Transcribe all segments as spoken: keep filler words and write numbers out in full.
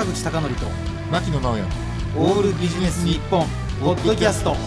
坂口孝則と牧野直哉オールビジネス日本ポッドキャスト。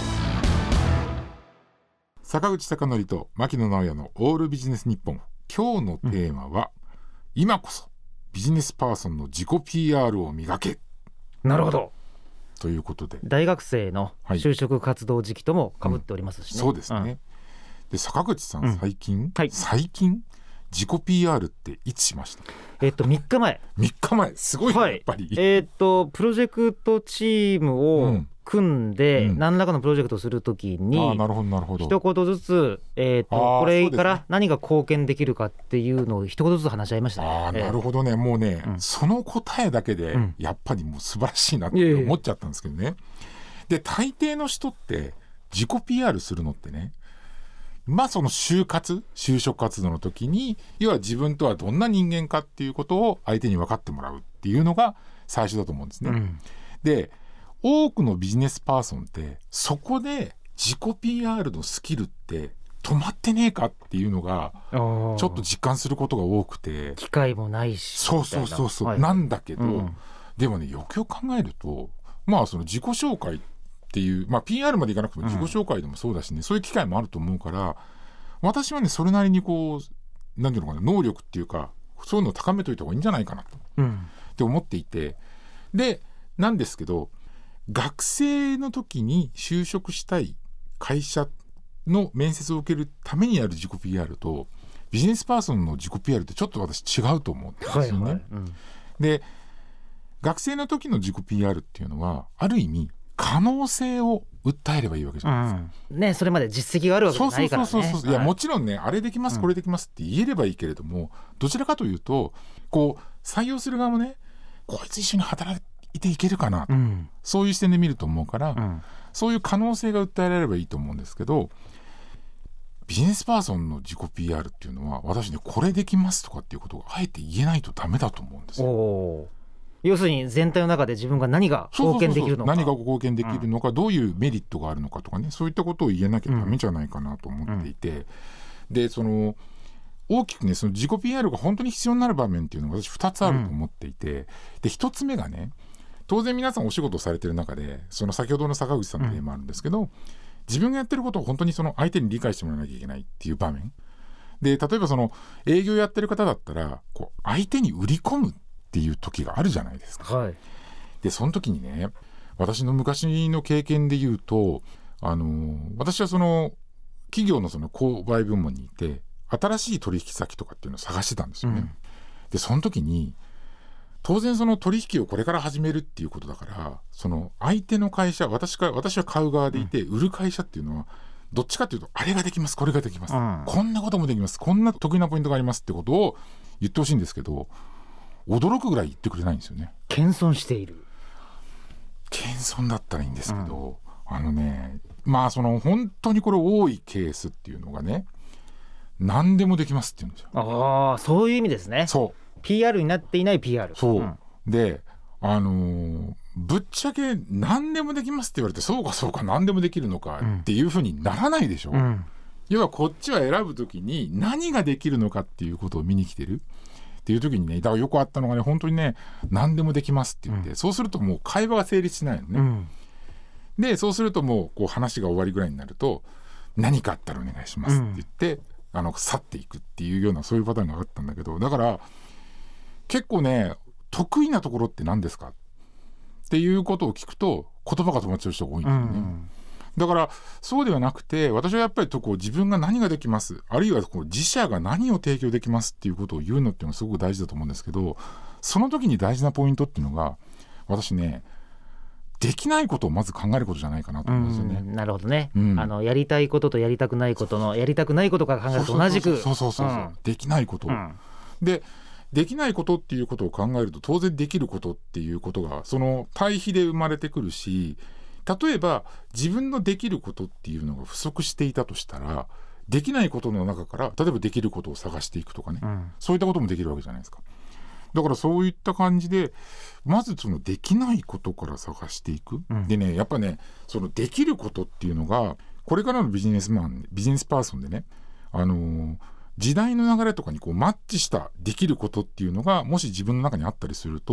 坂口孝則と牧野直哉のオールビジネス日本。今日のテーマは、うん、今こそビジネスパーソンの自己 ピーアール を磨け。 なるほど。 ということで大学生の就職活動時期とも被っておりますしね、 うん、そうですね、うん、で坂口さん最近、うんはい、最近自己 ピーアール っていつしました？ えっとみっかまえみっかまえすごい、はい、やっぱりえっとプロジェクトチームを組んで、うん、何らかのプロジェクトをするときに、うん、あなるほどなるほど一言ずつ、えー、とこれから何が貢献できるかっていうのを一言ずつ話し合いましたね。 あ、なるほどね、もうね、うん、その答えだけでやっぱりもう素晴らしいなって思っちゃったんですけどね、うん、で大抵の人って自己 ピーアール するのってね、まあその就活就職活動の時に要は自分とはどんな人間かっていうことを相手に分かってもらうっていうのが最初だと思うんですね、うん、で多くのビジネスパーソンってそこで自己 ピーアール のスキルって止まってねえかっていうのがちょっと実感することが多くて、 機会もないしそうそうそうそう、はい、なんだけど、うん、でもねよくよく考えるとまあその自己紹介っていう、まあ、ピーアール までいかなくても自己紹介でもそうだしね、うん、そういう機会もあると思うから私はねそれなりにこう何ていうのかな能力っていうかそういうのを高めといた方がいいんじゃないかなと、うん、って思っていて、でなんですけど学生の時に就職したい会社の面接を受けるためにやる自己 ピーアール とビジネスパーソンの自己 ピーアール ってちょっと私違うと思うんですよね、はいはいうん、で学生の時の自己 ピーアール っていうのはある意味可能性を訴えればいいわけじゃないですか、 うんね、それまで実績があるわけじゃないからね。 そうそうそうそう、いやもちろんねあれできますこれできますって言えればいいけれども、どちらかというとこう採用する側もねこいつ一緒に働いていけるかなと、うん、そういう視点で見ると思うから、うん、そういう可能性が訴えられればいいと思うんですけど、ビジネスパーソンの自己 ピーアール っていうのは私ねこれできますとかっていうことをあえて言えないとダメだと思うんですよ。 お要するに全体の中で自分が何が貢献できるのか、 そうそうそうそう、何が貢献できるのか、うん、どういうメリットがあるのかとかね、そういったことを言えなきゃダメじゃないかなと思っていて、うん、でその大きくねその自己 ピーアール が本当に必要になる場面っていうのが私ふたつあると思っていて、うん、でひとつめがね当然皆さんお仕事をされてる中でその先ほどの坂口さんの例もあるんですけど、うん、自分がやってることを本当にその相手に理解してもらわなきゃいけないっていう場面で、例えばその営業やってる方だったらこう相手に売り込むっていう時があるじゃないですか、はい、でその時にね私の昔の経験で言うとあの私はその企業のその購買部門にいて新しい取引先とかっていうのを探してたんですよね、うん、でその時に当然その取引をこれから始めるっていうことだからその相手の会社 私, か私は買う側でいて、うん、売る会社っていうのはどっちかっていうとあれができますこれができます、うん、こんなこともできますこんな得意なポイントがありますってことを言ってほしいんですけど驚くぐらい言ってくれないんですよね。 謙遜している。 謙遜だったらいいんですけど、うん、あのねまあその本当にこれ多いケースっていうのがね何でもできますって言うんですよ。 ああそういう意味ですね。 そうピーアール になっていない ピーアール。 そう、うん、であのー、ぶっちゃけ何でもできますって言われてそうかそうか何でもできるのかっていうふうにならないでしょ、うん、要はこっちは選ぶときに何ができるのかっていうことを見に来てるっていう時にね、だからよくあったのがね本当にね何でもできますって言って、うん、そうするともう会話が成立しないのね、うん、でそうするともうこう話が終わりぐらいになると何かあったらお願いしますって言って、うん、あの去っていくっていうようなそういうパターンがあったんだけど、だから結構ね得意なところって何ですかっていうことを聞くと言葉が止まっちゃう人が多いんですよね、うんうんだからそうではなくて私はやっぱりとこう自分が何ができますあるいはこう自社が何を提供できますっていうことを言うのっていうのがすごく大事だと思うんですけど、その時に大事なポイントっていうのが私ねできないことをまず考えることじゃないかなと思うんですよね。 うんなるほどね、うん、あのやりたいこととやりたくないことのやりたくないことから考えると同じくそうそうそうそう、うん、できないこと、うん、でできないことっていうことを考えると当然できることっていうことがその対比で生まれてくるし、例えば自分のできることっていうのが不足していたとしたらできないことの中から例えばできることを探していくとかね、うん、そういったこともできるわけじゃないですか。だからそういった感じでまずそのできないことから探していく、うん、でねやっぱねそのできることっていうのがこれからのビジネスマンビジネスパーソンでね、あのー、時代の流れとかにこうマッチしたできることっていうのがもし自分の中にあったりすると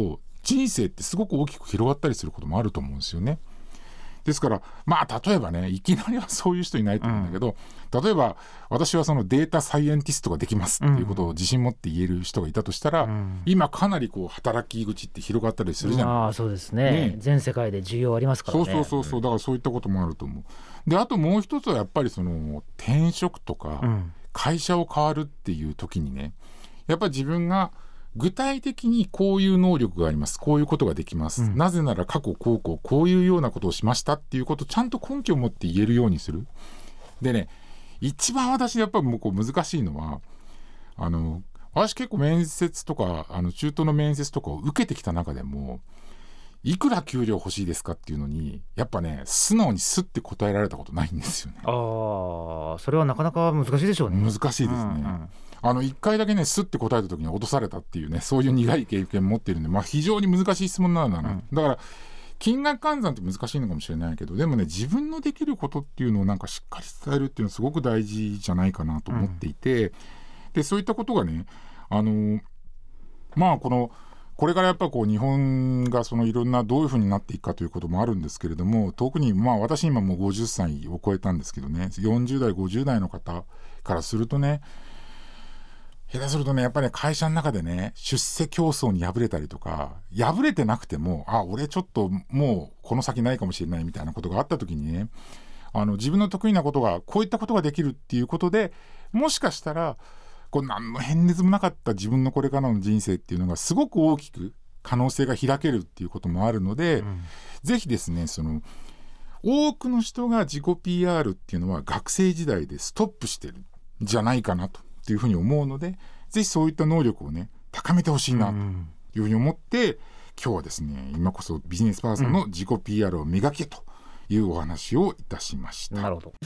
人生ってすごく大きく広がったりすることもあると思うんですよね。ですからまあ例えばねいきなりはそういう人いないと思うんだけど、うん、例えば私はそのデータサイエンティストができますっていうことを自信持って言える人がいたとしたら、うん、今かなりこう働き口って広がったりするじゃない、 うん、あそうです ね, ね全世界で需要ありますからね。 そうそうそうそう、だからそういったこともあると思う。であともう一つはやっぱりその転職とか会社を変わるっていう時にね、やっぱり自分が具体的にこういう能力があります、こういうことができます、うん、なぜなら過去こうこうこういうようなことをしましたっていうことをちゃんと根拠を持って言えるようにする。でね一番私やっぱりもうこう難しいのはあの私結構面接とかあの中東の面接とかを受けてきた中でもいくら給料欲しいですかっていうのにやっぱね素直にスッて答えられたことないんですよね。 あそれはなかなか難しいでしょうね。 難しいですね、うんうんあのいっかいだけねスッて答えた時に落とされたっていうねそういう苦い経験持ってるんで、まあ、非常に難しい質問なんだな、うん、だから金額換算って難しいのかもしれないけどでもね自分のできることっていうのをなんかしっかり伝えるっていうのはすごく大事じゃないかなと思っていて、うん、でそういったことがねあのまあこのこれからやっぱこう日本がそのいろんなどういうふうになっていくかということもあるんですけれども、特にまあ私今もうごじゅっさいを超えたんですけどねよんじゅう代ごじゅう代の方からするとね下手するとねやっぱり、ね、会社の中でね出世競争に敗れたりとか敗れてなくてもあ俺ちょっともうこの先ないかもしれないみたいなことがあった時にねあの自分の得意なことがこういったことができるっていうことでもしかしたらこう何の変哲もなかった自分のこれからの人生っていうのがすごく大きく可能性が開けるっていうこともあるので、うん、ぜひですねその多くの人が自己 ピーアール っていうのは学生時代でストップしてるんじゃないかなとっていうふうに思うのでぜひそういった能力をね高めてほしいなというふうに思って、うん、今日はですね今こそビジネスパーソンの自己 ピーアール を磨けというお話をいたしました。 なるほど。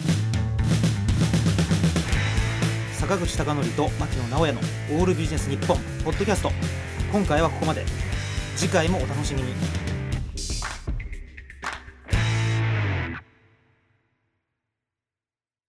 坂口孝則と牧野直哉のオールビジネス日本ポッドキャスト、今回はここまで。次回もお楽しみに。